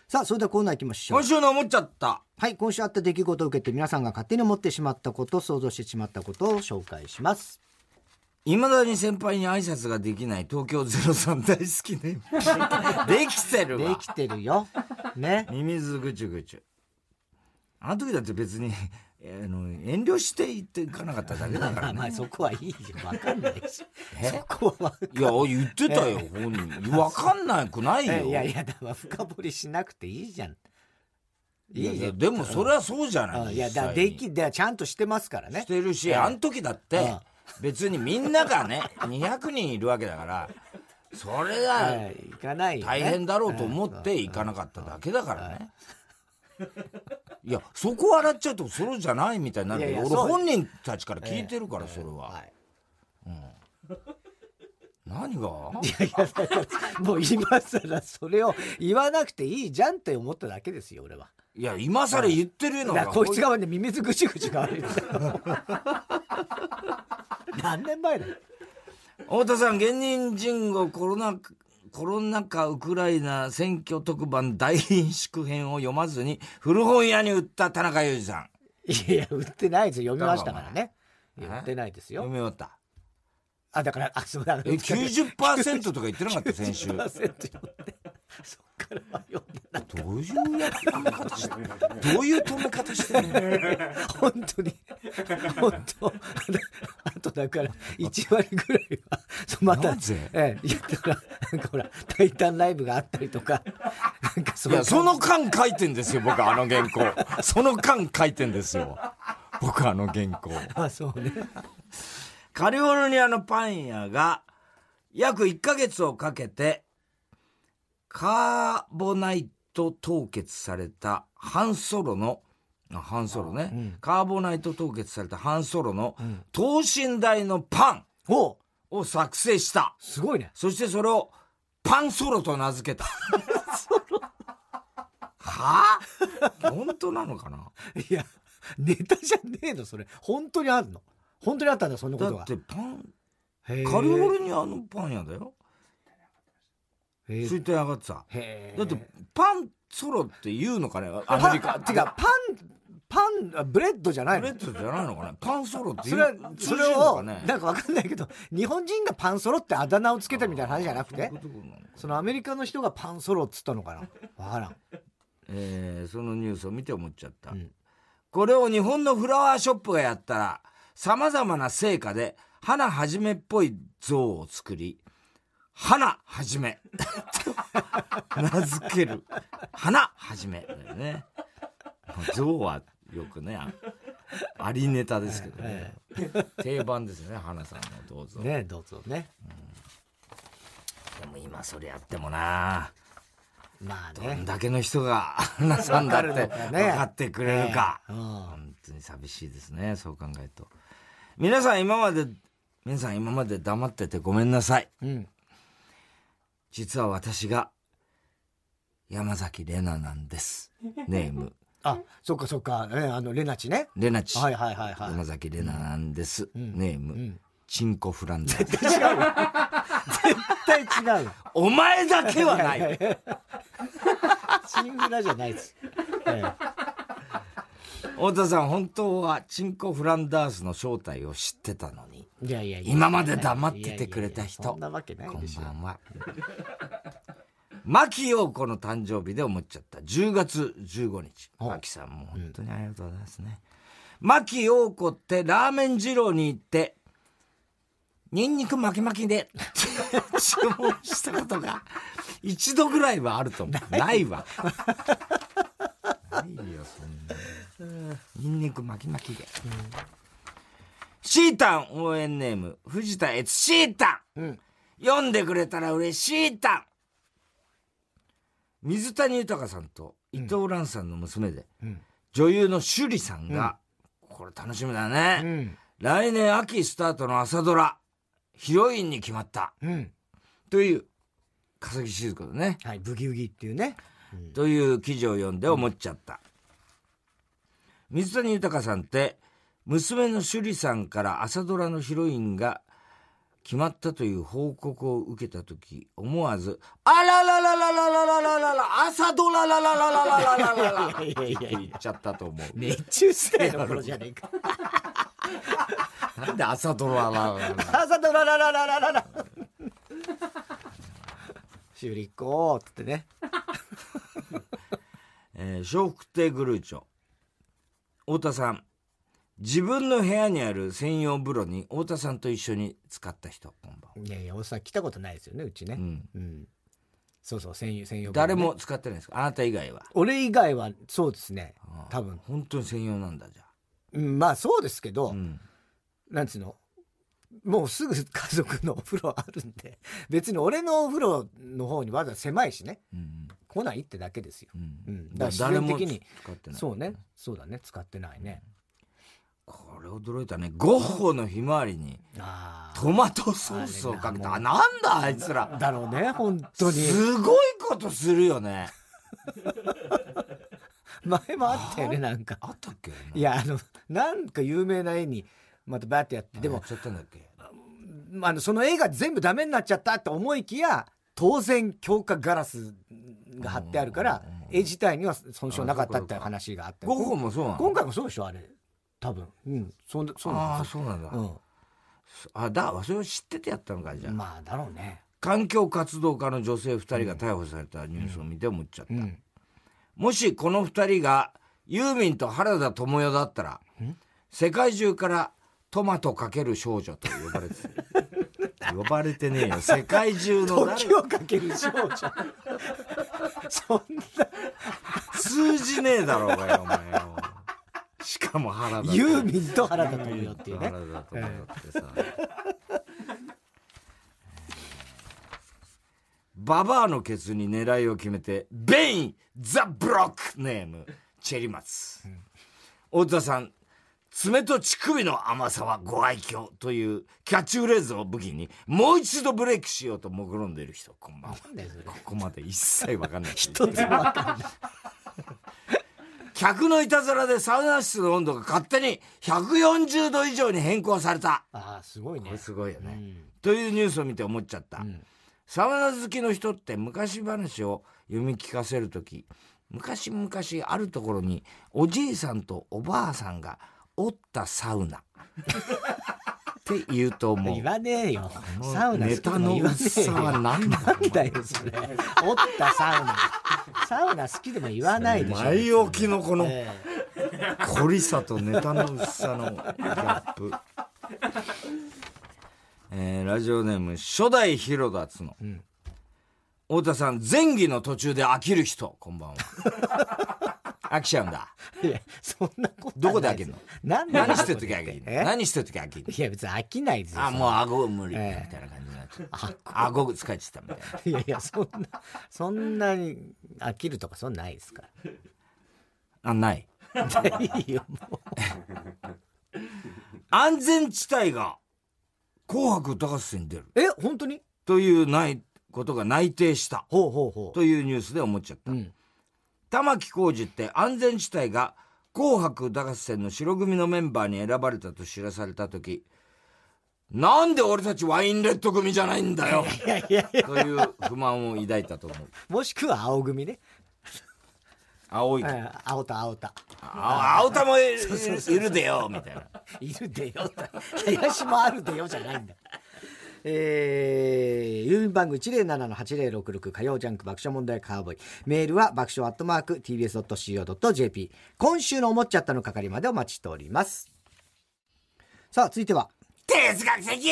さあ、それではコーナー行きましょう。 今週の思っちゃった。 はい、今週あった出来事を受けて皆さんが勝手に思ってしまったこと、想像してしまったことを紹介します。 いまだに先輩に挨拶ができない東京03大好きね。できてるわ。 できてるよ。ね。 ミミズぐちゅぐちゅ。あの時だって別に遠慮して言っていかなかっただけだからね。 まあそこはいいよ。わかんないし。そこは分かんない。 いや、言ってたよ、本人。わかんなくないよ。 いやいや、だから深掘りしなくていいじゃん。 いや、でもそれはそうじゃない。 いや、だちゃんとしてますからね。 してるし、あの時だって、別にみんながね、200人いるわけだから、それが大変だろうと思って行かなかっただけだからね。いや、そこ笑っちゃうとそれじゃないみたいになるけど、俺本人たちから聞いてるから、それは。何が？ いやいや、もう今更それを言わなくていいじゃんって思っただけですよ、俺は。 いや、今更言ってるのが。 こいつがね、ミミズぐちぐちが悪いんだよ。何年前だよ。 太田さん、芸人人語コロナ禍ウクライナ選挙特番大臨縮編を読まずに古本屋に売った田中裕二さん。 いや、売ってないですよ。読みましたからね。売ってないですよ。 読み終わった。 だから、そうだ。 90% とか言ってなかった先週。 90%読んで。そっからは読んでない。 どういうやり方して、どういう止め方してんの？ 本当に。本当。あとだから1割ぐらいはまた、いやだからなんかほらタイタンライブがあったりとか、なんかいや、その間書いてんですよ、僕原稿。その間書いてんですよ、僕原稿。 あ、そうね。 カリフォルニアのパン屋が約1ヶ月をかけてカーボナイト凍結されたカーボナイト凍結された半ソロの等身大のパンを作成した。 すごいね。 そしてそれをパンソロと名付けた。はぁ？本当なのかな？ いや、ネタじゃねえの、それ。本当にあるの？本当にあったんだ、そんなことが。 だってパン、カリフォルニアのパン屋だよ。水天上がってた。だってパンソロって言うのかね、アメリカ。 てかパンブレッドじゃないの？ ブレッドじゃないのかね。パンソロって言う。それをなんかわかんないけど、日本人がパンソロってあだ名をつけたみたいな話じゃなくて、そのアメリカの人がパンソロっつったのかな。わからん。 そのニュースを見て思っちゃった。これを日本のフラワーショップがやったら、様々な成果で花はじめっぽい像を作り、花はじめ名付ける。花はじめだよね。像はよくね、ありネタですけどね。定番ですよね、花さんのどうぞ。 ね、どうぞね。 でも今それやってもな、 まあね、 どんだけの人が花さんだって分かってくれるか。本当に寂しいですね、そう考えると。皆さん今まで黙っててごめんなさい。実は私が山崎怜奈なんです。ネーム。 あ、そっかそっか。レナチね。 レナチ。 はいはいはいはい。 山崎怜奈なんです。ネーム。チンコフランダー。 絶対違うよ。絶対違うよ。 お前だけはない。 チンフラじゃないです。 太田さん、本当はチンコフランダースの正体を知ってたのに。 いやいやいや、 今まで黙っててくれた人。 そんなわけないでしょ。 こんばんは。牧陽子の誕生日で思っちゃった。10月15日。牧さんも本当にありがとうございますね。牧陽子ってラーメン二郎に行って、ニンニク巻き巻きで注文したことが一度ぐらいはあると思う。ないわ。ないよ、そんな。ニンニク巻き巻きで。シータン応援ネーム、藤田悦シータン。読んでくれたら嬉しいタン。水谷豊さんと伊藤蘭さんの娘で、女優の趣里さんが、これ楽しみだね。来年秋スタートの朝ドラ、ヒロインに決まった。という、笠木静子だね。 はい、ブギウギっていうね。 という記事を読んで思っちゃった。水谷豊さんって、娘の趣里さんから朝ドラのヒロインが決まったという報告を受けた時、思わずあらららららららららら朝ドラららららららららら言っちゃったと思う。 熱中しての頃じゃねえか。 なんで朝ドラらららら朝ドラらららららら修理行こうってね。 笑福亭グルーチョ。太田さん、自分の部屋にある専用風呂に太田さんと一緒に使った人、こんばんは。 いやいや、太田さん来たことないですよね、うちね。うん。そうそう、専用風呂、ね。 誰も使ってないですか、あなた以外は。 俺以外はそうですね、多分。 本当に専用なんだ、じゃあ。 まあそうですけど、なんつうの、もうすぐ家族のお風呂あるんで、別に俺のお風呂の方にわざわざ狭いしね、来ないってだけですよ。だから自然的に使ってない。 そうね、そうだね、使ってないね。 これ驚いたね。ゴッホのひまわりにトマトソースをかけた。なんだあいつらだろうね、本当にすごいことするよね。 前もあったよね、なんかあったっけ。 いや、なんか有名な絵にまたバーってやって、でもちゃったんだっけ。 その絵が全部ダメになっちゃったって思いきや、当然強化ガラスが貼ってあるから絵自体には損傷なかったって話があった。 ゴッホもそうなの。 今回もそうでしょ、あれ多分。そうなんああ、そうなんだ。それを知っててやったのか、じゃあ。 まあだろうね。 環境活動家の女性2人が逮捕されたニュースを見て思っちゃった。もしこの2人がユーミンと原田知世だったら、世界中からトマトかける少女と呼ばれて呼ばれてねえよ、世界中の時をかける少女そんな通じねえだろうがよ、お前よ。しかも原田、 ユーミンと原田知世っていうね。 原田知世ってさ、ババアのケツに狙いを決めてベインザ・ブロックネームチェリマツ。太田さん、爪と乳首の甘さはご愛嬌というキャッチフレーズを武器にもう一度ブレイクしようと目論んでいる人、こんばんは。ここまで一切分かんない。 一つも分かんない。 客のいたずらでサウナ室の温度が勝手に140度以上に変更された。 ああ、すごいね。 これすごいよね、というニュースを見て思っちゃった、サウナ好きの人って昔話を読み聞かせるとき、昔々あるところにおじいさんとおばあさんがおったサウナって言うと思う。 言わねえよ。サウナ好きでも言わねえよ。 ネタの薄さは何だ。 なんだよそれ。おったサウナ。サウナ好きでも言わないでしょ。 前置きのこの凝りさとネタの薄さのギャップ。ラジオネーム初代広田つの。太田さん、前儀の途中で飽きる人、こんばんは。飽きちゃうんだ。 いや、そんなことどこで飽きるの。 何してる時飽きる。何してる時飽きる。 いや、別に飽きないですよ。 あ、もう顎無理みたいな感じになっちゃう。顎疲れちゃったみたいな。 いや、そんなに飽きるとかそんなないですから。 あ、ない。 いいよ、もう。 安全地帯が紅白歌合戦に出る。 本当にということが内定した。 というニュースで思っちゃった。玉置浩二って安全地帯が紅白歌合戦の白組のメンバーに選ばれたと知らされた時、なんで俺たちワインレッド組じゃないんだよという不満を抱いたと思う。 もしくは青組ね。 青田青田もいるでよみたいな。 いるでよ林もあるでよじゃないんだ。郵便番号 107-8066 火曜ジャンク爆笑問題カーボーイ。メールは爆笑@tbs.co.jp。 今週の思っちゃったの係までお待ちしております。さあ続いては哲学的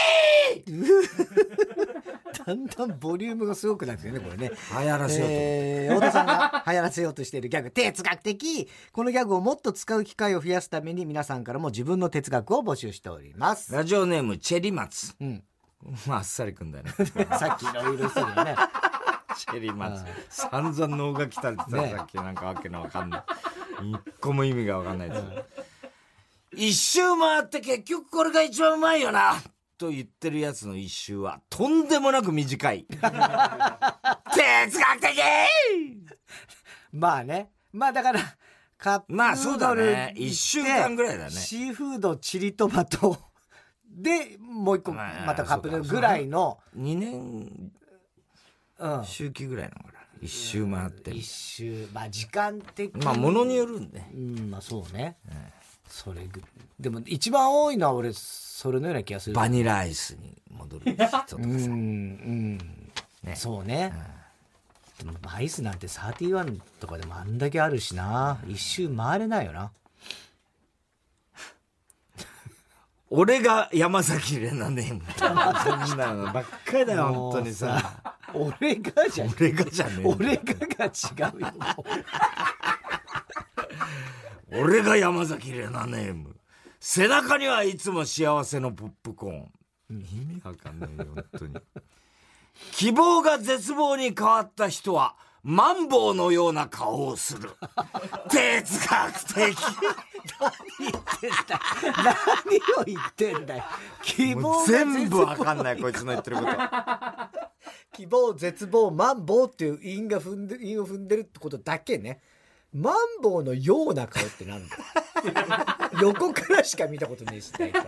だんだんボリュームがすごくなってるね、これね。 流行らせようと、 太田さんが流行らせようとしているギャグ哲学的。このギャグをもっと使う機会を増やすために皆さんからも自分の哲学を募集しております。 ラジオネームチェリマツ。あっさりくんだよね。 さっきいろいろしてるよね。 チェリマツ。散々脳が来たって言ったさっきなんかわけのわかんない。一個も意味がわかんないです。一周回って結局これが一番うまいよなと言ってるやつの一周はとんでもなく短い。哲学的まあね。まあだからカップヌードル、 まあそうだね。1週間ぐらいだね。 シーフードチリトマトでもう一個またカップルぐらいの 2年周期ぐらいなのかな、一周回って一周、まあ時間的にまあものによるんで、 まあそうね、それでも一番多いのは俺それのような気がする。 バニラアイスに戻る人とかさね、そうね、でもアイスなんて31とかでもあんだけあるしな、一周回れないよな。 俺が山崎怜奈ねみたいなそんなのばっかりだよ本当にさ。 俺がじゃねえ、俺が違うよ。 俺が山崎怜奈ネーム、背中にはいつも幸せのポップコーン、意味わかんないよ本当に。希望が絶望に変わった人はマンボウのような顔をする。哲学的。 何を言ってんだよ。希望全部わかんないこいつの言ってること。 希望、絶望、マンボウっていう韻を踏んでるってことだけね。マンボウのような顔ってなんだよ。横からしか見たことねえし、大体。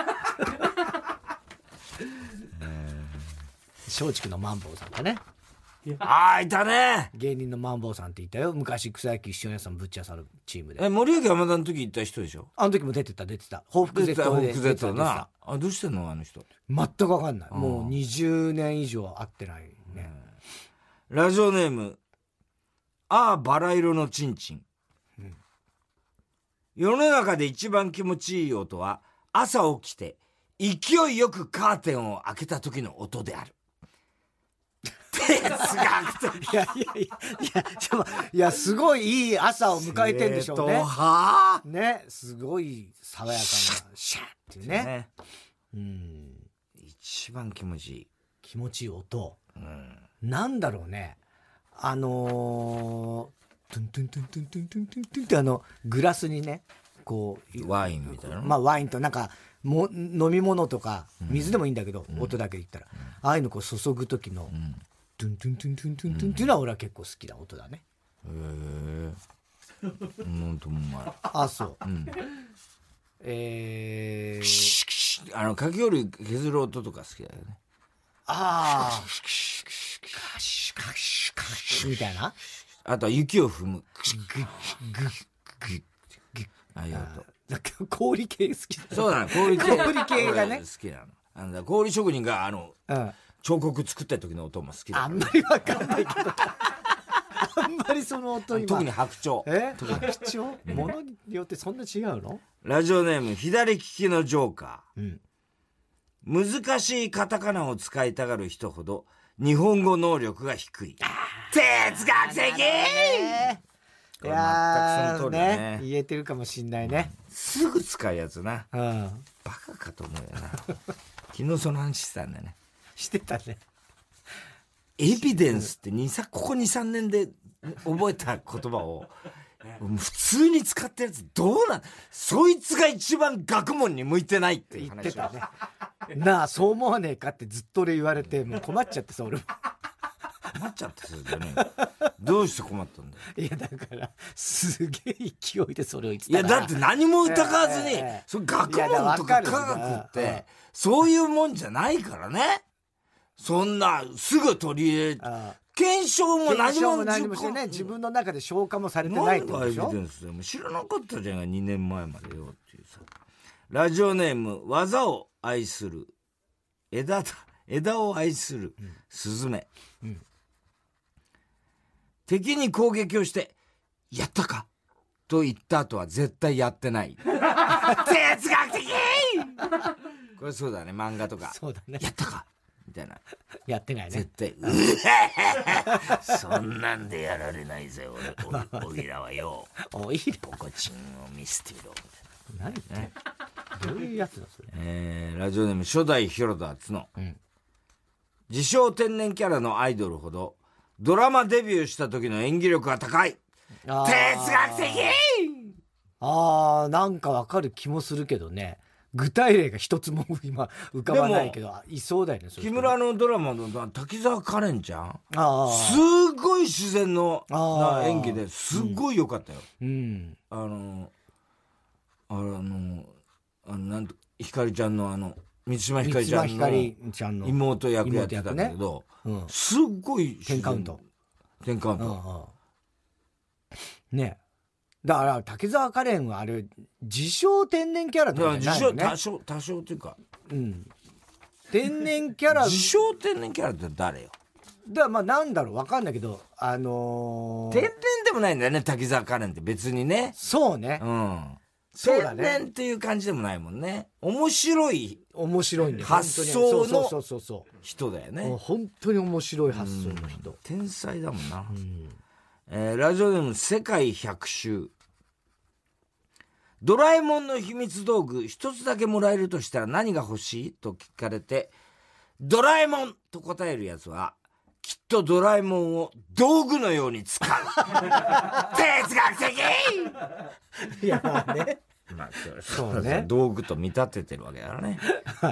松竹のマンボウさんだね。 いたね。 芸人のマンボウさんっていたよ。昔草野球一緒にやつのぶっちゃさるチームで。 森脇山田の時行った人でしょ。 あの時も出てた。報復 Z で。 報復 Z な。どうしてんのあの人。 全く分かんない。もう20年以上会ってないね。 ラジオネームバラ色のチンチン、世の中で一番気持ちいい音は朝起きて勢いよくカーテンを開けた時の音である。哲学的。 いやすごいいい朝を迎えてんでしょうね。ね、すごい爽やかなシャーっていうね。 一番気持ちいい。 気持ちいい音。なんだろうね。トゥントゥントゥントゥントゥントゥントゥントゥンってグラスにね、こうワインみたいな。 まあワインとなんか飲み物とか水でもいいんだけど、音だけで言ったらああいうのこう注ぐ時のトゥントゥントゥントゥントゥントゥンっていうのは俺は結構好きな音だね。 なんともない。 あ、そう。 かき氷削る音とか好きだよね。 みたいな。 あとは雪を踏む。ああいう音。 なんか氷系好きだ。 そうだね、氷系がね。 好きなの。氷職人が彫刻作った時の音も好きだ。 あんまりわかんないけど。あんまりその音特に白鳥。 白鳥？物によってそんな違うの？ ラジオネーム左利きのジョーカー。難しいカタカナを使いたがる人ほど日本語能力が低い。哲学的。 いやーね、言えてるかもしんないね。 すぐ使うやつな。 バカかと思うよな。昨日その話してたんだよね。 してたね。 エビデンスってここ 2,3 年で覚えた言葉を普通に使ったやつどうなん、そいつが一番学問に向いてないっていう話を言ってたね。なあ、そう思わねえかってずっと俺言われて、もう困っちゃってさ、俺も。 困っちゃってそれでね。どうして困ったんだよ。 いやだからすげえ勢いでそれを言ってたから。いやだって何も疑わずに、そ学問とか科学ってそういうもんじゃないからね。そんなすぐ取り入れ検証も何もしてね、自分の中で消化もされてないってことでしょ。 エビデンスでも知らなかったじゃんが2年前までよっていうさ。ラジオネーム技を愛する枝を愛するスズメ、敵に攻撃をしてやったかと言った後は絶対やってない。哲学的。これそうだね、漫画とか。 そうだね。 やったかみたいな。 やってないね。 絶対。そんなんでやられないぜおいらはよ。 おいらポコチンを見捨てろ。 何ね。どういうやつだそれ。 ラジオネーム初代広田つの。自称天然キャラのアイドルほどドラマデビューした時の演技力が高い。哲学的。 なんかわかる気もするけどね。具体例が一つも今浮かばないけど、いそうだよね。 木村のドラマの滝沢カレンちゃん、すごい自然の演技ですごい良かったよ。なんとひかりちゃんの満島ひかりちゃんの妹役やってたんだけど、すっごい 10カウント。 ね。 だから竹澤カレンはあれ自称天然キャラとかじゃないよね。 自称多少っていうか、 天然キャラ。 自称天然キャラって誰よ。 だからまあなんだろう分かんないけど天然でもないんだよね、滝沢カレンって別にね。 そうね。 そうだね。天然っていう感じでもないもんね。面白いんだよ。 発想の人だよね。 本当に面白い発想の人。 天才だもんな。ラジオネーム世界百秋。ドラえもんの秘密道具一つだけもらえるとしたら何が欲しいと聞かれて、ドラえもんと答えるやつはきっとドラえもんを道具のように使う。哲学的。 いやまあね。 そうね。道具と見立ててるわけだからね。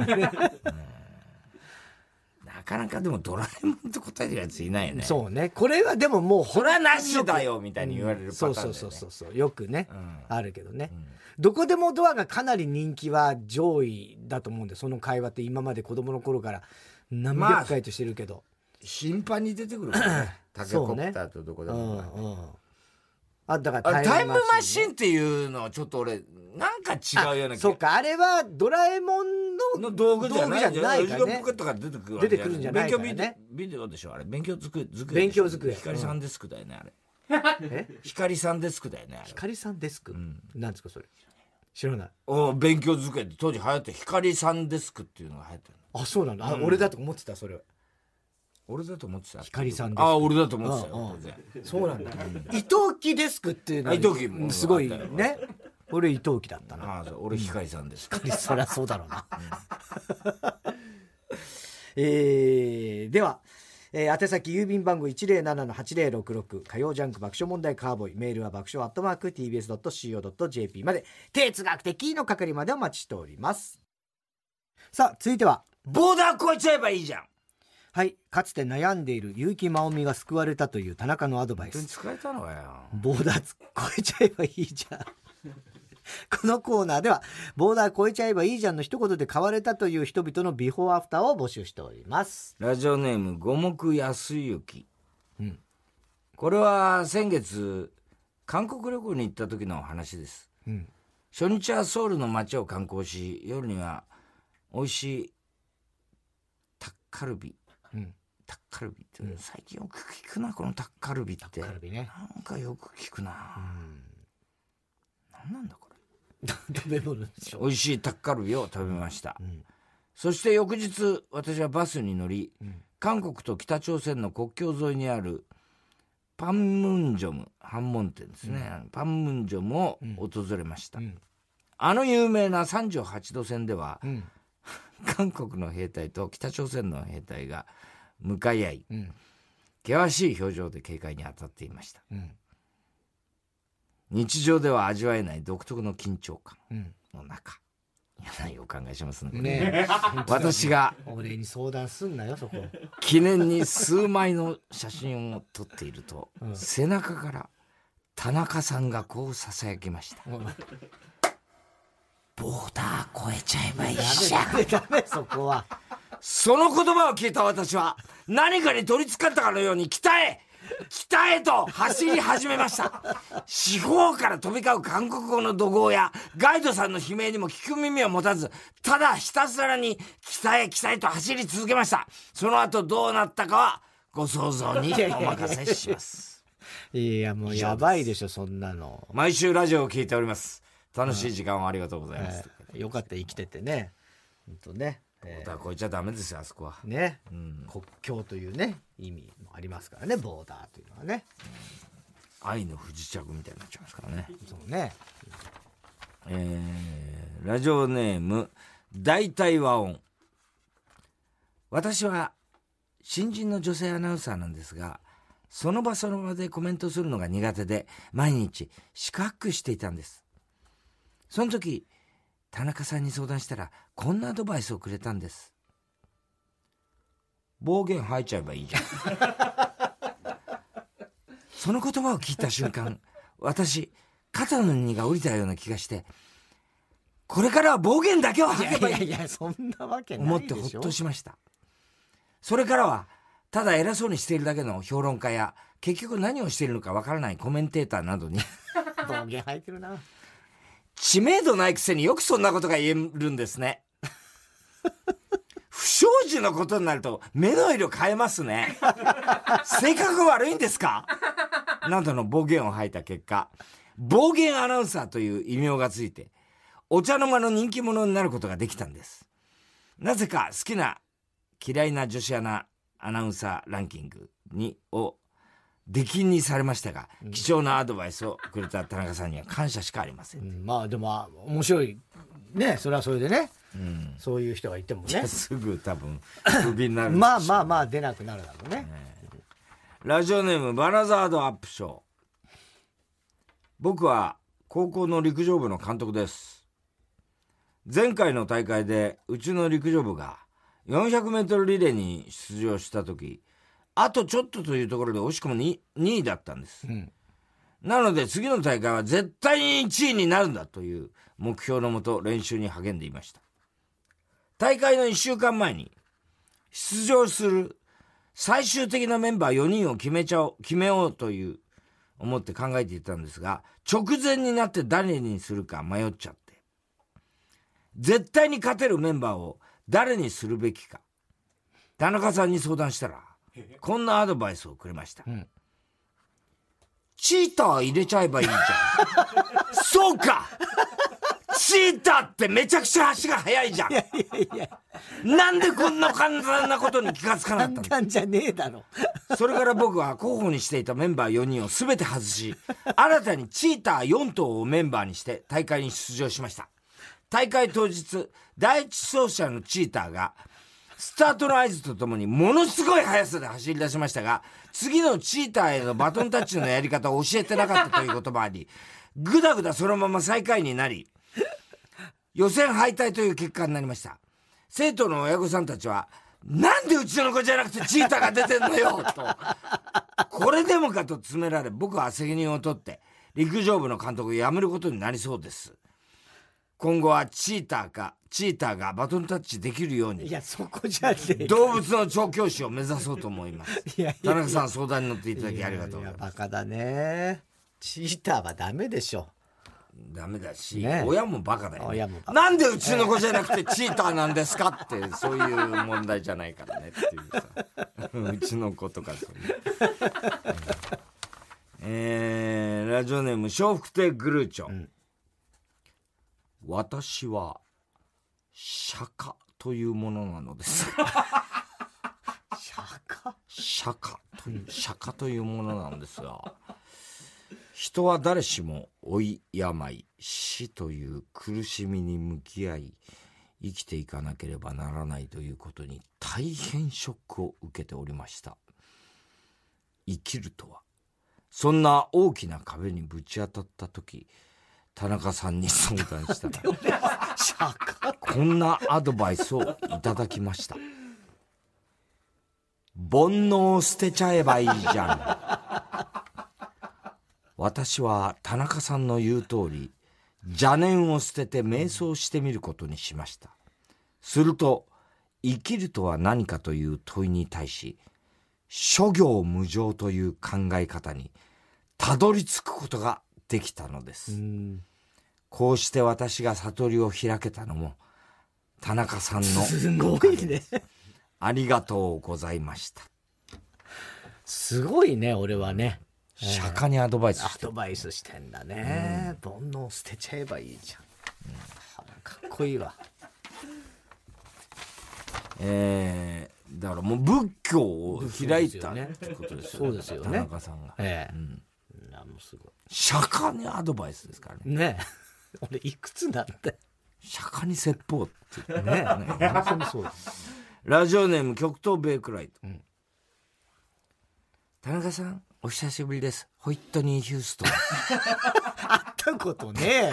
なかなかでもドラえもんと答えるやついないよね。 そうね。これはでももうそれはなしだよみたいに言われるパターンだよね。 そうよくね、あるけどね。どこでもドアがかなり人気は上位だと思うんで、その会話って今まで子供の頃から何百回としてるけど、 頻繁に出てくるからね。タケコプターとどこでも。 だからタイムマシンっていうのはちょっと俺なんか違うような気が。 そうか、あれはドラえもんの道具じゃないからね。 ポケットから出てくるんじゃないからね。 ビデオでしょあれ。勉強机。光さんデスクだよねあれ。光さんデスクだよねあれ。 光さんデスク。なんですかそれ。知らない。 勉強机って当時流行って光さんデスクっていうのが流行ってる。 あ、そうなんだ。俺だと思ってたそれ。 俺だと思ってた。 光さんデスク。 俺だと思ってたよ。 そうなんだ。伊藤木デスクっていうのは伊藤木すごいね。俺伊藤木だったな。 俺光さんです。 そりゃそうだろうな。では、宛先郵便番号 107-8066 火曜ジャンク爆笑問題カーボーイ、メールは爆笑@tbs.co.jp まで、哲学的の係までお待ちしております。さあ続いてはボーダー越えちゃえばいいじゃん。 はい、かつて悩んでいる結城まおみが救われたという田中のアドバイス。 本当に使えたのかよ。 ボーダー越えちゃえばいいじゃん。このコーナーではボーダー越えちゃえばいいじゃんの一言で変われたという人々のビフォーアフターを募集しております。 ラジオネーム五目安行。これは先月韓国旅行に行った時の話です。初日はソウルの街を観光し、夜には美味しいタッカルビ。タッカルビって、最近よく聞くなこのタッカルビって。タッカルビね。なんかよく聞くな。なんなんだこれ。 食べ物でしょ。 美味しいタッカルビを食べました。そして翌日私はバスに乗り、韓国と北朝鮮の国境沿いにあるパンムンジョム半門店ですね、パンムンジョムを訪れました。あの有名な38度線では、韓国の兵隊と北朝鮮の兵隊が向かい合い、険しい表情で警戒に当たっていました。日常では味わえない独特の緊張感の中、嫌な予感がしますね。私が俺に相談すんなよそこ。 記念に数枚の写真を撮っていると、背中から田中さんがこう囁きました。ボーダー越えちゃえばいいじゃん。 ダメそこは。 その言葉を聞いた私は何かに取り憑かったかのように北へと走り始めました。四方から飛び交う韓国語の怒号やガイドさんの悲鳴にも聞く耳を持たず、ただひたすらに北へと走り続けました。その後どうなったかはご想像にお任せします。 いやもうやばいでしょそんなの。 毎週ラジオを聞いております。楽しい時間をありがとうございます。 よかった生きててね。本当ね。 ボーダー越えちゃダメですよあそこはね、国境というね意味もありますからね、ボーダーというのはね、 愛の不時着みたいになっちゃいますからね。 そうね。 ラジオネーム大体和音。私は新人の女性アナウンサーなんですが、その場でコメントするのが苦手で毎日四苦八苦していたんです。その時田中さんに相談したらこんなアドバイスをくれたんです。暴言吐いちゃえばいいじゃん。その言葉を聞いた瞬間、私肩の荷が下りたような気がして、 これからは暴言だけを吐けばいい。 いやそんなわけない思でしょ。 ってほっとしました。それからは、ただ偉そうにしているだけの評論家や、結局何をしているのかわからないコメンテーターなどに暴言吐いてるな。 知名度ないくせによくそんなことが言えるんですね。不祥事のことになると目の色変えますね。性格悪いんですかなどの暴言を吐いた結果、暴言アナウンサーという異名がついて、お茶の間の人気者になることができたんです。なぜか好きな嫌いな女子アナウンサーランキングを出禁にされましたが、貴重なアドバイスをくれた田中さんには感謝しかありません。 まあでも面白いね、それはそれでね、そういう人がいてもね、 すぐ多分クビになるまあ出なくなるだろうね。 ラジオネームバナザードアップショー。僕は高校の陸上部の監督です。前回の大会でうちの陸上部が400メートルリレーに出場した時、あとちょっとというところで惜しくも 2位だったんです、なので次の大会は絶対に1位になるんだという目標のもと練習に励んでいました。大会の1週間前に出場する最終的なメンバー4人を決めようという思って考えていたんですが、直前になって誰にするか迷っちゃって、絶対に勝てるメンバーを誰にするべきか田中さんに相談したら、こんなアドバイスをくれました、チーター入れちゃえばいいじゃん。そうか、チーターってめちゃくちゃ足が速いじゃん。 いやなんでこんな簡単なことに気がつかなかったの。 簡単じゃねえだろ。 それから僕は候補にしていたメンバー4人を全て外し、新たにチーター4頭をメンバーにして大会に出場しました。大会当日、第一走者のチーターがスタートの合図とともにものすごい速さで走り出しましたが、次のチーターへのバトンタッチのやり方を教えてなかったということもあり、ぐだぐだそのまま最下位になり、予選敗退という結果になりました。生徒の親御さんたちは、なんでうちの子じゃなくてチーターが出てんのよと、これでもかと詰められ、僕は責任を取って陸上部の監督を辞めることになりそうです。今後はチーターがバトンタッチできるように、 いやそこじゃねえ、 動物の調教師を目指そうと思います。 いや田中さん、相談に乗っていただきありがとうございます。 バカだね。チーターはダメでしょ。 ダメだし、 ね、 親もバカだよね。 親もバカ。 なんでうちの子じゃなくてチーターなんですかって、そういう問題じゃないからねっていうさ。うちの子とかそういう。ラジオネーム笑福亭グルーチョ、私は釈迦というものなのです。釈迦というものなんですが、人は誰しも老い病死という苦しみに向き合い生きていかなければならないということに大変ショックを受けておりました。生きるとは、そんな大きな壁にぶち当たった時、田中さんに相談したらこんなアドバイスをいただきました。煩悩を捨てちゃえばいいじゃん。私は田中さんの言う通り、邪念を捨てて瞑想してみることにしました。すると、生きるとは何かという問いに対し、諸行無常という考え方にたどり着くことができたのです。こうして私が悟りを開けたのも田中さんのすごいね。 ありがとうございました。すごいね。俺はね、 釈迦にアドバイスしてアドバイスしてんだね。煩悩捨てちゃえばいいじゃん、かっこいいわ。 だからもう仏教を開いたってことですよね。 そうですよね、 田中さんが。 もうすごい釈迦にアドバイスですからね。 ねえ、俺いくつなんて釈迦に説法ってねえ、本当にそうです。 ラジオネーム極東ベイクライト、田中さんお久しぶりです。ホイットニー・ヒューストン。 会ったことね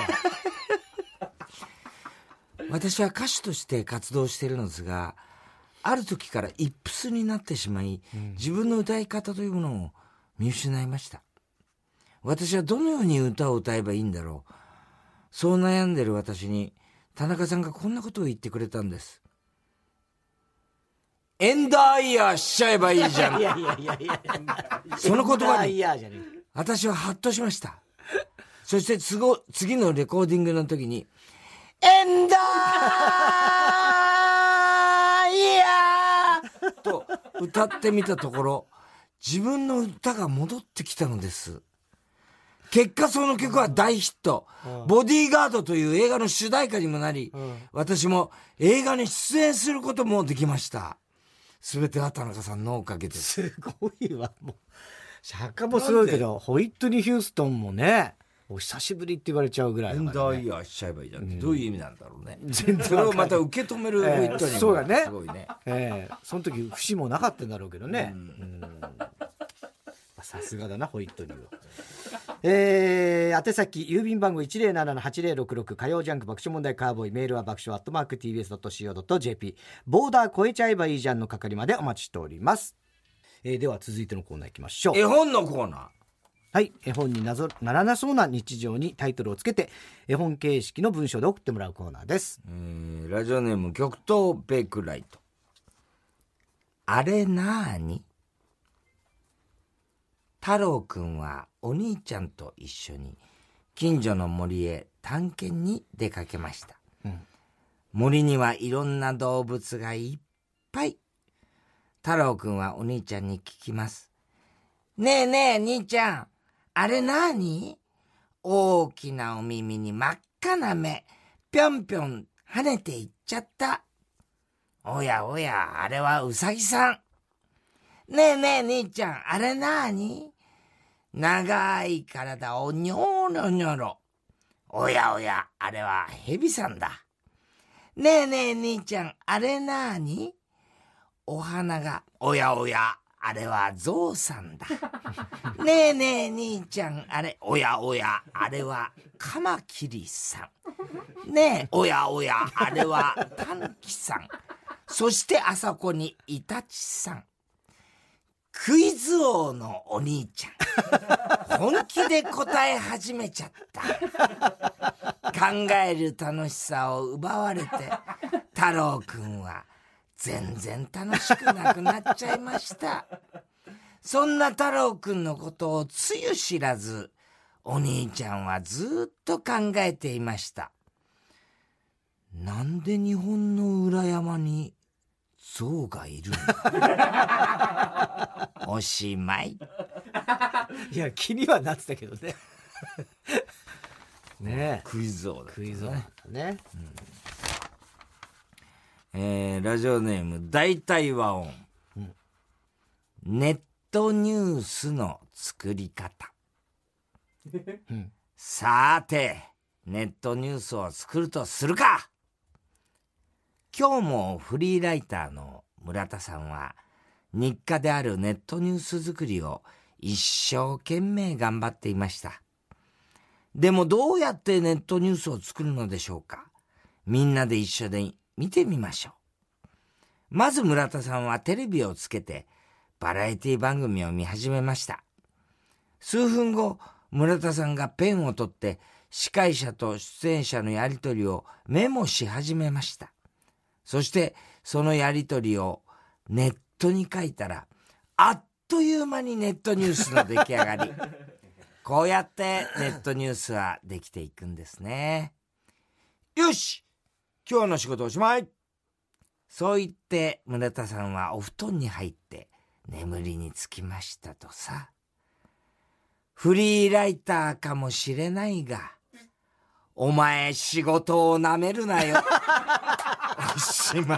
え。私は歌手として活動しているのですが、ある時からイップスになってしまい、自分の歌い方というものを見失いました。私はどのように歌を歌えばいいんだろう。そう悩んでる私に田中さんがこんなことを言ってくれたんです。エンダーイヤーしちゃえばいいじゃん。 いやいやいやいやその言葉にじゃね私はハッとしました。そして次のレコーディングの時にエンダーイヤーと歌ってみたところ、自分の歌が戻ってきたのです。結果その曲は大ヒット、ボディーガードという映画の主題歌にもなり、私も映画に出演することもできました。すべては田中さんのおかげです。 すごいわ。もう釈迦もすごいけど、ホイットニー・ヒューストンもね、お久しぶりって言われちゃうぐらいだから、ね、 エンダーイヤーしちゃえばいいじゃんって、どういう意味なんだろうね。 全然それをまた受け止めるホイットニーそうだね。 すごいね。 その時節もなかったんだろうけどね。さすがだな、ホイットニーは。宛先郵便番号 107-8066 火曜ジャンク爆笑問題カーボーイ、メールは爆笑@tbs.co.jp、 ボーダー越えちゃえばいいじゃんの係までお待ちしております。では続いてのコーナー行きましょう。 絵本のコーナー。 はい、絵本にならなそうな日常にタイトルをつけて絵本形式の文章で送ってもらうコーナーです。 ラジオネーム極東ベイクライト。あれなーに？太郎くんはお兄ちゃんと一緒に近所の森へ探検に出かけました、森にはいろんな動物がいっぱい。太郎くんはお兄ちゃんに聞きます。ねえねえ兄ちゃん、あれなーに？大きなお耳に真っ赤な目、ぴょんぴょん跳ねていっちゃった。おやおや、あれはウサギさん。ねえねえ兄ちゃん、あれなーに？長い体をニョロニョロ。おやおや、あれはヘビさんだ。ねえねえ兄ちゃん、あれなーに？お花が、おやおや、あれはゾウさんだ。ねえねえ兄ちゃん、あれ、おやおや、あれはカマキリさん。ねえ、おやおや、あれはタヌキさん。そしてあそこにイタチさん。クイズ王のお兄ちゃん。本気で答え始めちゃった。考える楽しさを奪われて、太郎くんは全然楽しくなくなっちゃいました。そんな太郎くんのことをつゆ知らず、お兄ちゃんはずっと考えていました。なんで日本の裏山に象がいるの？おしまい。 いや、気にはなってたけどね。ねえ。 クイズ王だ、ね。 クイズ王だね。 ラジオネーム大体和音、ネットニュースの作り方、さてネットニュースを作るとするか。今日もフリーライターの村田さんは日課であるネットニュース作りを一生懸命頑張っていました。でもどうやってネットニュースを作るのでしょうか。みんなで一緒に見てみましょう。まず村田さんはテレビをつけてバラエティ番組を見始めました。数分後、村田さんがペンを取って司会者と出演者のやりとりをメモし始めました。そしてそのやりとりをネットに書いたら、あっという間にネットニュースの出来上がり。こうやってネットニュースはできていくんですね。よし、今日の仕事おしまい。そう言って村田さんはお布団に入って眠りにつきましたとさ。フリーライターかもしれないが、お前仕事をなめるなよ。おしまい。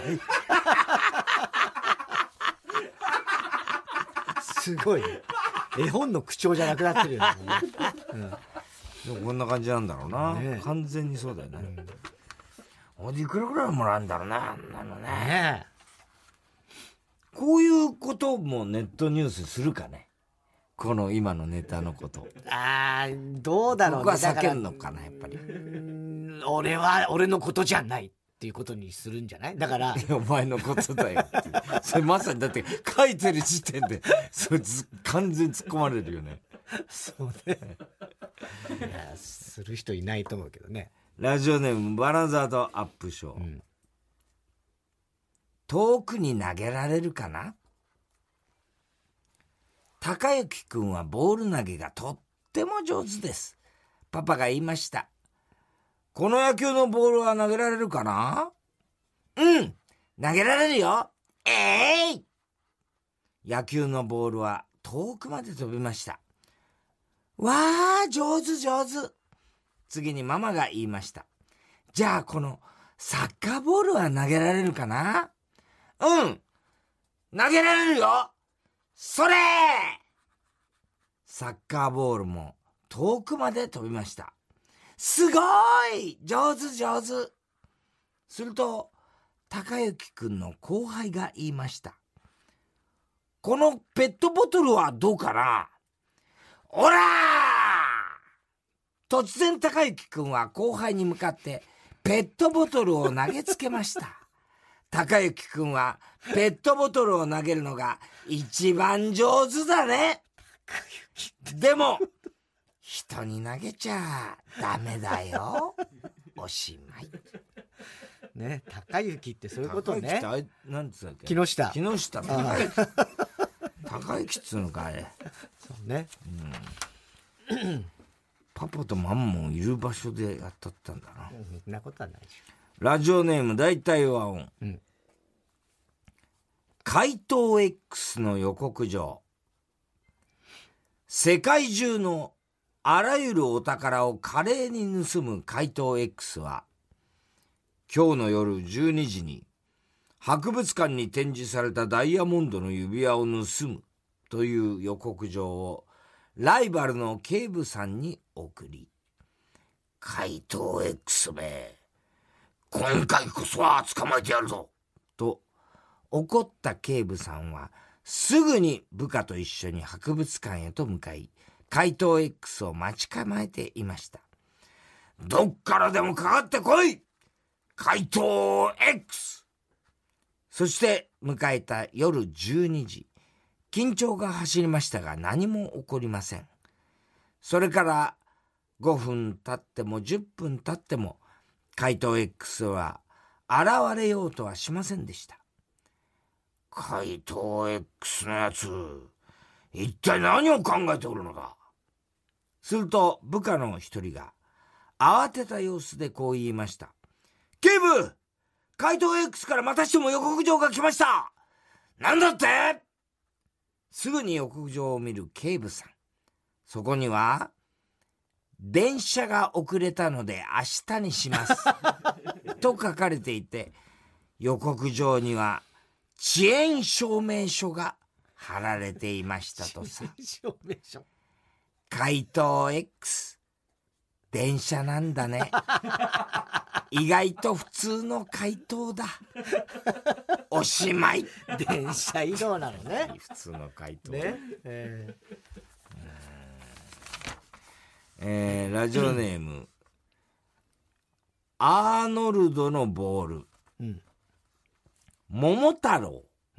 すごい。絵本の口調じゃなくなってるよね。 でもこんな感じなんだろうな。ね、完全にそうだよね。いくらぐらいもらうんだろうな。ね。こういうこともネットニュースするかね。この今のネタのこと。 どうだろうね。 僕は避けるのかな、やっぱり。 俺のことじゃないっていうことにするんじゃない？だからお前のことだよってそれまさにだって書いてる時点でそれ完全に突っ込まれるよね。 そうね。いや、する人いないと思うけどね。 ラジオネームバラザードアップショー、遠くに投げられるかな。高之くんはボール投げがとっても上手です。パパが言いました。この野球のボールは投げられるかな。うん、投げられるよ。野球のボールは遠くまで飛びました。わー、上手上手。次にママが言いました。じゃあこのサッカーボールは投げられるかな。うん、投げられるよ。それ。サッカーボールも遠くまで飛びました。すごい、上手上手。すると高之くんの後輩が言いました。このペットボトルはどうかな。おらー。突然高之くんは後輩に向かってペットボトルを投げつけました。高之くんはペットボトルを投げるのが一番上手だね。でも人に投げちゃダメだよ。おしまい。 ね、高之ってそういうことね。 高之ってなんつうんだっけ。 木下。 高之っつうのかあれ。 そうね。 パパとママもいる場所でやったんだな。 そんなことはないでしょ。 ラジオネーム大体和音。怪盗 X の予告状。世界中のあらゆるお宝を華麗に盗む怪盗 X は、今日の夜12時に博物館に展示されたダイヤモンドの指輪を盗むという予告状をライバルの警部さんに送り、怪盗 X め、今回こそは捕まえてやるぞと怒った警部さんはすぐに部下と一緒に博物館へと向かい、怪盗 X を待ち構えていました。どっからでもかかってこい、怪盗 X。 そして迎えた夜12時、緊張が走りましたが何も起こりません。それから5分経っても10分経っても怪盗 X は現れようとはしませんでした。怪盗 X のやつ、一体何を考えておるのだ。すると部下の一人が慌てた様子でこう言いました。警部、怪盗 X からまたしても予告状が来ました。なんだって。すぐに予告状を見る警部さん。そこには、電車が遅れたので明日にしますと書かれていて、予告状には遅延証明書が貼られていましたとさ。 証明書。 怪盗 X、 電車なんだね。意外と普通の怪盗だ。おしまい。 電車移動なのね。 普通の怪盗ね。 ラジオネーム、アーノルドのボール、桃太郎。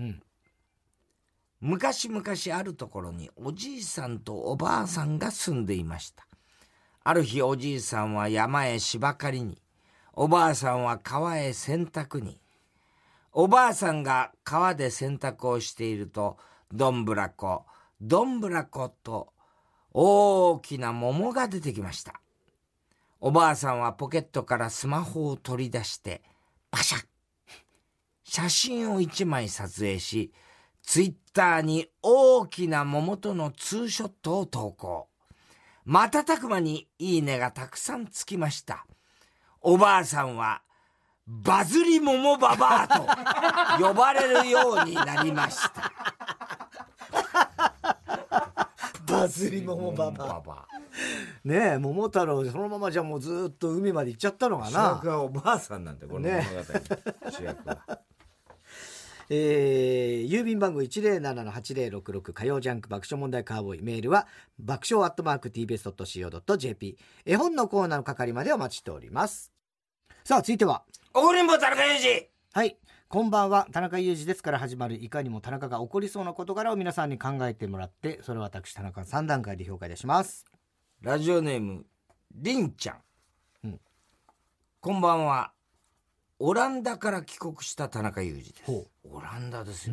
昔々あるところにおじいさんとおばあさんが住んでいました。ある日おじいさんは山へ芝刈りに、おばあさんは川へ洗濯に。おばあさんが川で洗濯をしていると、どんぶらこ、どんぶらこと大きな桃が出てきました。おばあさんはポケットからスマホを取り出してパシャッ、写真を1枚撮影し、ツイッターに大きな桃とのツーショットを投稿。瞬く間にいいねがたくさんつきました。おばあさんはバズり桃ババアと呼ばれるようになりました。 バズり桃ババア。ねえ、桃太郎そのままじゃもうずっと海まで行っちゃったのかな。 主役はおばあさんなんて、この物語、主役は。 郵便番号 107-8066 火曜ジャンク爆笑問題カーボーイ。メールは爆笑@tbs.co.jp。 絵本のコーナーの係までお待ちしております。さあ続いては、 怒りんぼ田中裕二。 はい、こんばんは、田中裕二ですから始まるいかにも田中が起こりそうな事柄を皆さんに考えてもらって、それを私田中3段階で評価いたします。 ラジオネームりんちゃん。 こんばんは。オランダから帰国した田中裕二です。オランダですよ、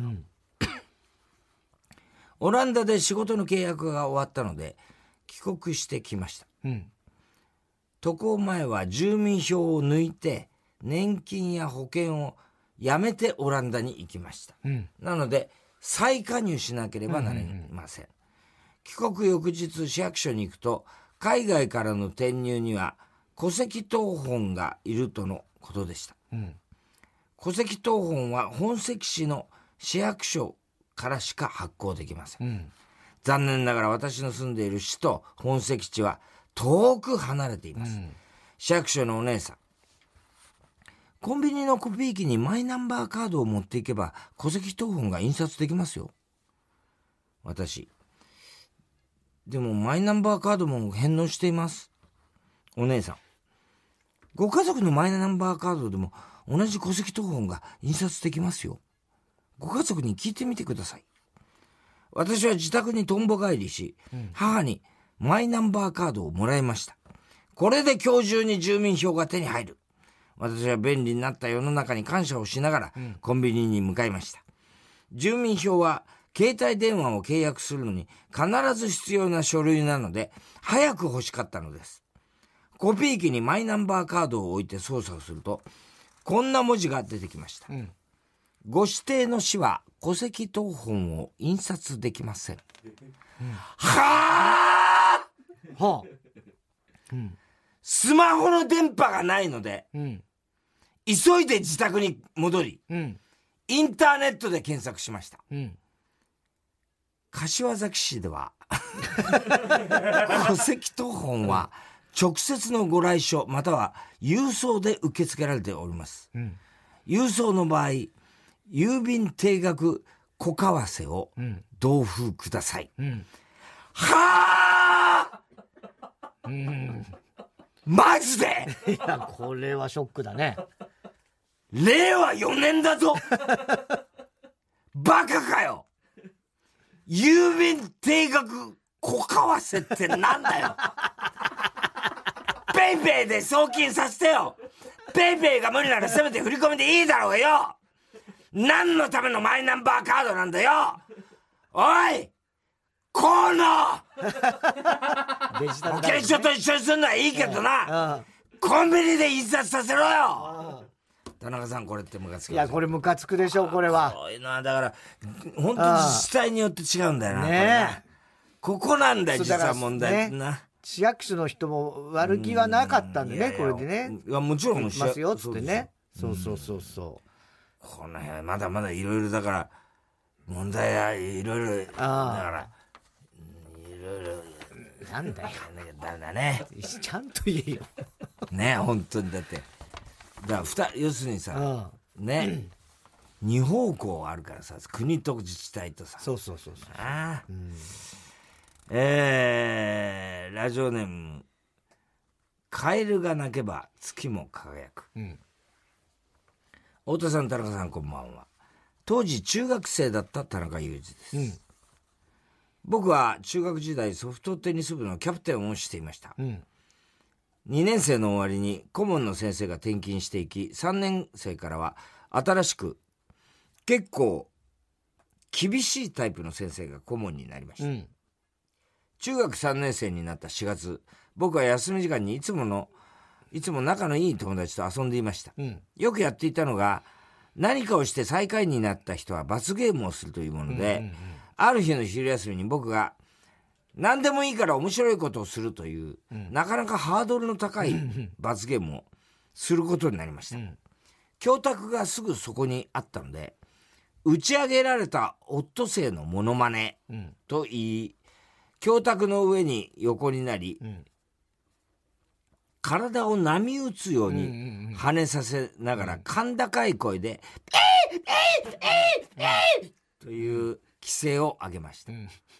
オランダで仕事の契約が終わったので帰国してきました、渡航前は住民票を抜いて年金や保険をやめてオランダに行きました、なので再加入しなければなりません、帰国翌日市役所に行くと海外からの転入には戸籍謄本がいるとのことでした、戸籍謄本は本籍地の市役所からしか発行できません、残念ながら私の住んでいる市と本籍地は遠く離れています、市役所のお姉さん、コンビニのコピー機にマイナンバーカードを持っていけば戸籍謄本が印刷できますよ。私、でもマイナンバーカードも返納しています。お姉さん、ご家族のマイナンバーカードでも同じ戸籍謄本が印刷できますよ。ご家族に聞いてみてください。私は自宅にとんぼ返りし、母にマイナンバーカードをもらいました。これで今日中に住民票が手に入る。私は便利になった世の中に感謝をしながらコンビニに向かいました。住民票は携帯電話を契約するのに必ず必要な書類なので早く欲しかったのです。コピー機にマイナンバーカードを置いて操作をするとこんな文字が出てきました、ご指定の市は戸籍謄本を印刷できません、はあ、スマホの電波がないので、急いで自宅に戻り、インターネットで検索しました、柏崎市では戸籍謄本は直接のご来所または郵送で受け付けられております、郵送の場合郵便定額小為替を同封ください、はあ、マジでいやこれはショックだね。 令和4年だぞバカかよ。郵便定額小為替ってなんだよペイペイで送金させてよ。ペイペイが無理ならせめて振り込みでいいだろうがよ。何のためのマイナンバーカードなんだよ。おい河野保険証と一緒にするのはいいけどな、コンビニで印刷させろよ。田中さんこれってムカつく。 いやこれムカつくでしょこれは。 こういうのはだから本当に自治体によって違うんだよな、ね、ここなんだよ実は問題ってな、ね、 市役所の人も悪気はなかったんでね、これでね。 いやもちろんしますよっつってね。そうこの辺まだまだいろいろだから問題はいろいろだからいろいろなんだよダメだね。 ちゃんと言えよね本当にだってだから要するにさね二方向あるからさ国と自治体とさそうああ、ラジオネームカエルが鳴けば月も輝く、太田さん田中さんこんばんは。当時中学生だった田中裕二です、僕は中学時代ソフトテニス部のキャプテンをしていました、2年生の終わりに顧問の先生が転勤していき3年生からは新しく結構厳しいタイプの先生が顧問になりました、中学3年生になった4月僕は休み時間にいつも仲のいい友達と遊んでいました、よくやっていたのが何かをして最下位になった人は罰ゲームをするというもので、ある日の昼休みに僕が何でもいいから面白いことをするという、なかなかハードルの高い罰ゲームをすることになりました、教託がすぐそこにあったので打ち上げられたオットセイのモノマネと言い、教託の上に横になり、体を波打つように跳ねさせながら甲高い声でという規制を上げました、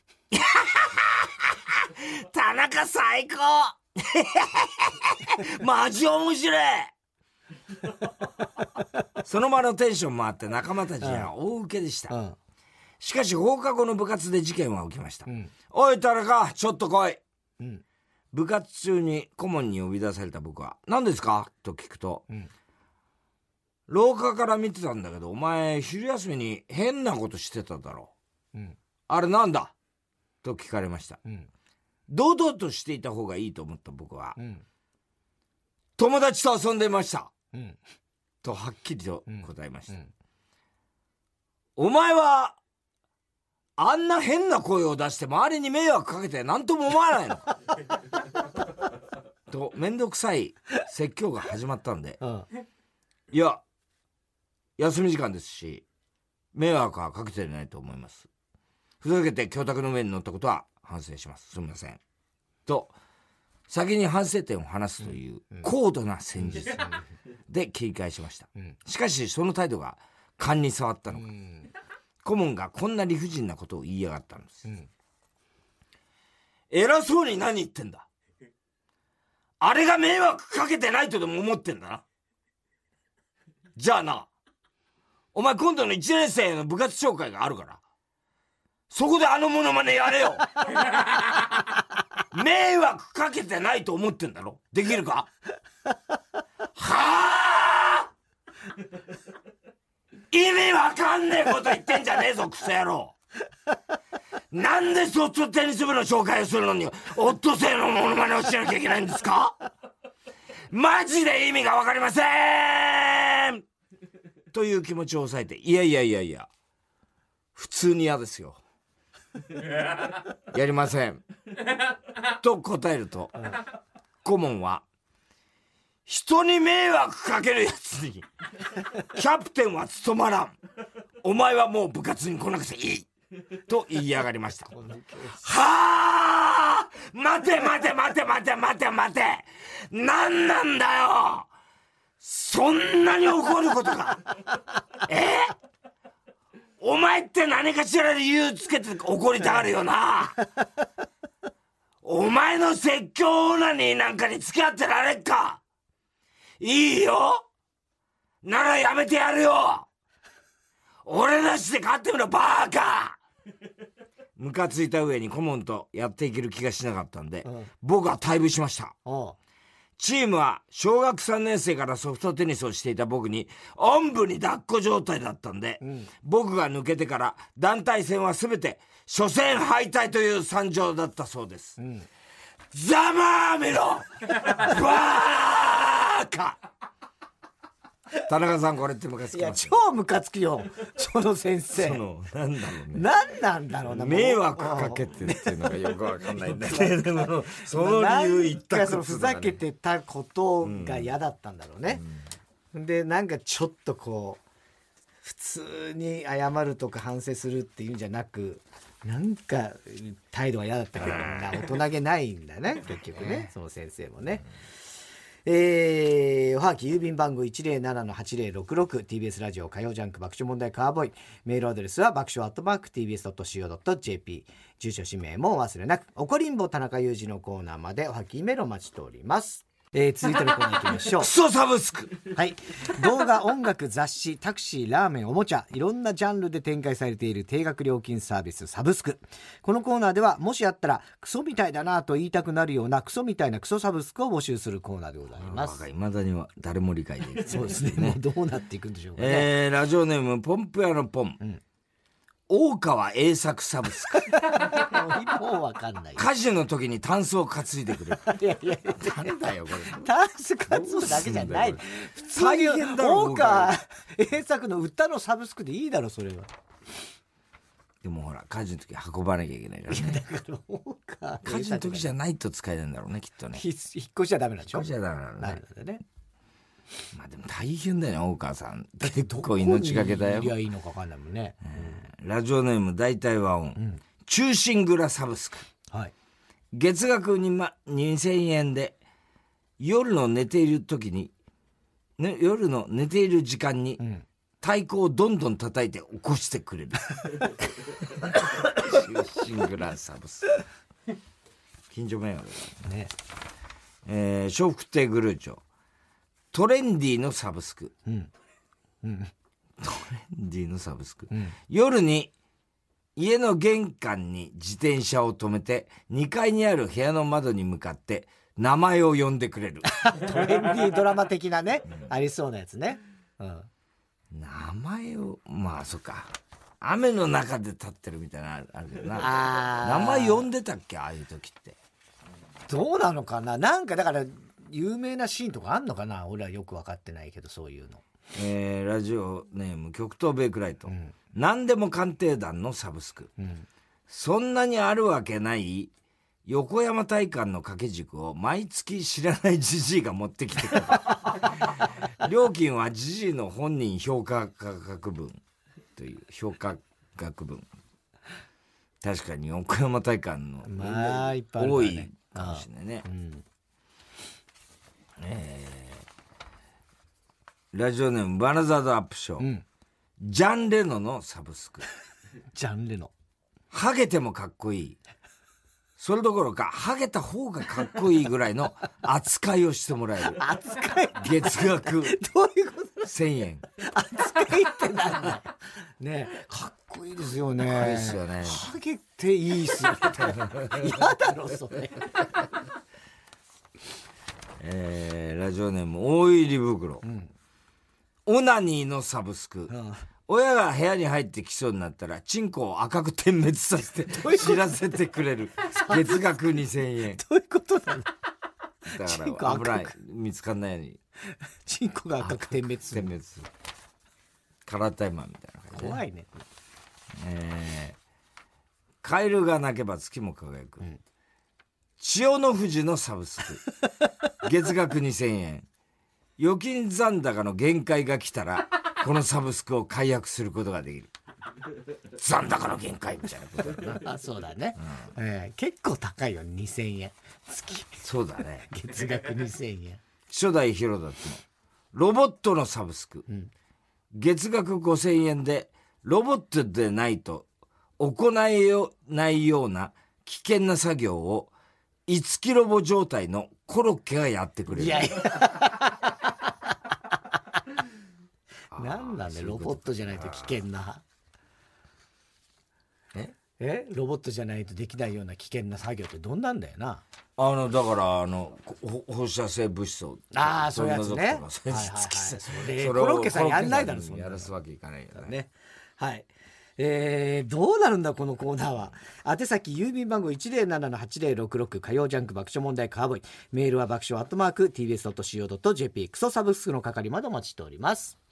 田中最高マジ面白いその場のテンションもあって仲間たちは大受けでした、しかし放課後の部活で事件は起きました、おい田中ちょっと来い、 部活中に顧問に呼び出された僕は、何ですかと聞くと、廊下から見てたんだけど、お前昼休みに変なことしてただろう。あれなんだと聞かれました。堂々としていた方がいいと思った僕は、友達と遊んでました。とはっきりと答えました。お前は、あんな変な声を出して周りに迷惑かけて何とも思わないのかとめんどくさい説教が始まったんで、いや休み時間ですし迷惑はかけてないと思います。ふざけて教託の上に乗ったことは反省します。すみませんと先に反省点を話すという高度な戦術で切り返しました。しかしその態度が勘に触ったのか、顧問がこんな理不尽なことを言いやがったんです。偉そうに何言ってんだ。あれが迷惑かけてないとでも思ってんだな。じゃあな、お前今度の1年生の部活紹介があるから、そこであのモノマネやれよ。迷惑かけてないと思ってんだろ。できるか。はあ意味わかんねえこと言ってんじゃねえぞクソ野郎。なんでソフトテニス部の紹介をするのにオットセイのモノマネをしなきゃいけないんですか。マジで意味がわかりませんという気持ちを抑えて、いや普通に嫌ですよ。やりませんと答えると、顧問は人に迷惑かけるやつにキャプテンは務まらん。お前はもう部活に来なくていいと言いやがりました。はあ待て何なんだよ。そんなに怒ることか。お前って何かしら理由つけて怒りたがるよな。お前の説教オナニーなんかに付き合ってられっか。いいよならやめてやるよ。俺なしで勝ってみろバーカ。ムカついた上に顧問とやっていける気がしなかったんで、僕は退部しました。チームは小学3年生からソフトテニスをしていた僕におんぶに抱っこ状態だったんで、僕が抜けてから団体戦は全て初戦敗退という惨状だったそうです。ざまーめろバーカ。田中さんこれってムカつきます。 いや超ムカつくよその先生。 なんだろうね。 何なんだろうな。 迷惑かけてっていうのがよくわかんないんだけどもその理由言ったそのふざけてたことが嫌だったんだろうね。でなんかちょっとこう普通に謝るとか反省するっていうんじゃなく、なんか態度が嫌だったから大人げないんだね結局ね、その先生もね。おはがき郵便番号 107-8066 TBS ラジオ火曜ジャンク爆笑問題カーボーイ。メールアドレスは爆笑@tbs.co.jp。 住所氏名もお忘れなく。おこりんぼ田中裕二のコーナーまでおはがきメールをお待ちしております。続いてのコーナー行きましょう。 クソサブスク。 はい。動画、音楽、雑誌、タクシー、ラーメン、おもちゃ、いろんなジャンルで展開されている定額料金サービスサブスク。このコーナーではもしあったらクソみたいだなと言いたくなるようなクソみたいなクソサブスクを募集するコーナーでございます。 未だには誰も理解できない。 そうですね。もうどうなっていくんでしょうかね。 ラジオネームポンプ屋のポン。大川栄作サブスク。 もうわかんない。 家事の時にタンスを担いでくれ。なんだよこれ。 タンス担ぐだけじゃない。普通に大川栄作の歌のサブスクでいいだろそれは。 でもほら家事の時運ばなきゃいけないからね。 だから大川家事の時じゃないと使えるんだろうねきっとね。 引っ越しちゃダメなんでしょ。 引っ越しちゃダメなのね。 なるほどね。 まあでも大変だよね大川さん。結構命がけだよ。 いやいいのか分かんないもんね。 ラジオネーム大体和音、中心蔵サブスク、 はい、 月額2000円で夜の寝ている時に、ね、夜の寝ている時間に、太鼓をどんどん叩いて起こしてくれる中心蔵サブスク。近所迷惑だね。笑福亭グルーチョトレンディのサブスク、トレンディのサブスク、夜に家の玄関に自転車を止めて2階にある部屋の窓に向かって名前を呼んでくれる。 トレンディードラマ的なね、ありそうなやつね。 名前を、まあそっか。雨の中で立ってるみたいなあるけどな。名前呼んでたっけ、ああいう時って。 どうなのかな。なんかだから有名なシーンとかあんのかな。俺はよく分かってないけど、そういうの。 ラジオネーム極東ベイクライト、何でも鑑定団のサブスク、そんなにあるわけない横山大観の掛け軸を毎月知らないジジイが持ってきてくる。料金はジジイの本人評価価格分という評価額分。確かに横山大観の、 まあいっぱいあるからね、 多いかもしれないね。ラジオネームバナザードアップショー、ジャン・レノのサブスク。 ジャンレノ。 ハゲてもかっこいい。それどころかハゲた方がかっこいいぐらいの扱いをしてもらえる。 扱い月額どういうこと 1000円。 扱いってなんだねえ、かっこいいですよね。 かっこいいですよね。 ハゲていいっすよみたいな。嫌だろそれ。 ラジオネーム大入り袋、オナニーのサブスク、親が部屋に入ってきそうになったらチンコを赤く点滅させて知らせてくれる。月額2000円。 どういうことなの。 だから危ない、見つかんないようにチンコが赤く点滅する。 点滅する。カラータイマーみたいな感じ、 怖いね。 カエルが鳴けば月も輝く、千代の富士のサブスク。月額2000円。預金残高の限界が来たらこのサブスクを解約することができる。残高の限界みたいなことだな。 あ、そうだね、結構高いよ、2000円月。 そうだね。 月額2000円。 初代ヒロダッツのロボットのサブスク、月額5000円でロボットでないと行えないような危険な作業を1キロボ状態のコロッケがやってくれる。 いやいやなんだね、ロボットじゃないと危険な。ロボットじゃないとできないような危険な作業ってどんなんだよな。 だから放射性物質を、 そういうやつね。 それコロッケさんやんないだろ、 そんなのやらすわけいかないよね。はい。どうなるんだこのコーナーは。宛先郵便番号 107-8066 火曜ジャンク爆笑問題カーボーイ。メールは爆笑@tbs.co.jp。クソサブスクの係までお待ちしております。